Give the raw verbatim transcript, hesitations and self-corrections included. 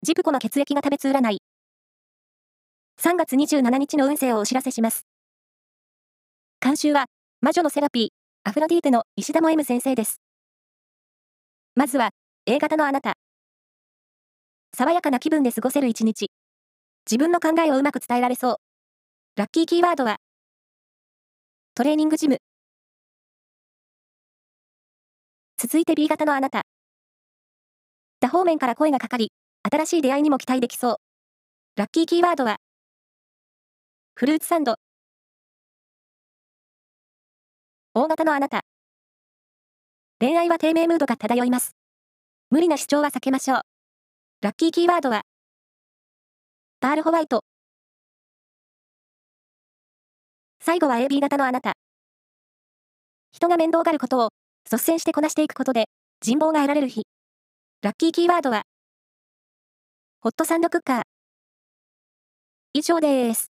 ジプコの血液が食べつ占い。さんがつにじゅうしちにちの運勢をお知らせします。監修は、魔女のセラピー、アフロディーテの石田も M 先生です。まずは、A 型のあなた。爽やかな気分で過ごせる一日。自分の考えをうまく伝えられそう。ラッキーキーワードは、トレーニングジム。続いて B 型のあなた。多方面から声がかかり、新しい出会いにも期待できそう。ラッキーキーワードは、フルーツサンド。O 型のあなた。恋愛は低迷ムードが漂います。無理な主張は避けましょう。ラッキーキーワードは、パールホワイト。最後は エービー 型のあなた。人が面倒がることを率先してこなしていくことで人望が得られる日。ラッキーキーワードは、ホットサンドクッカー。以上です。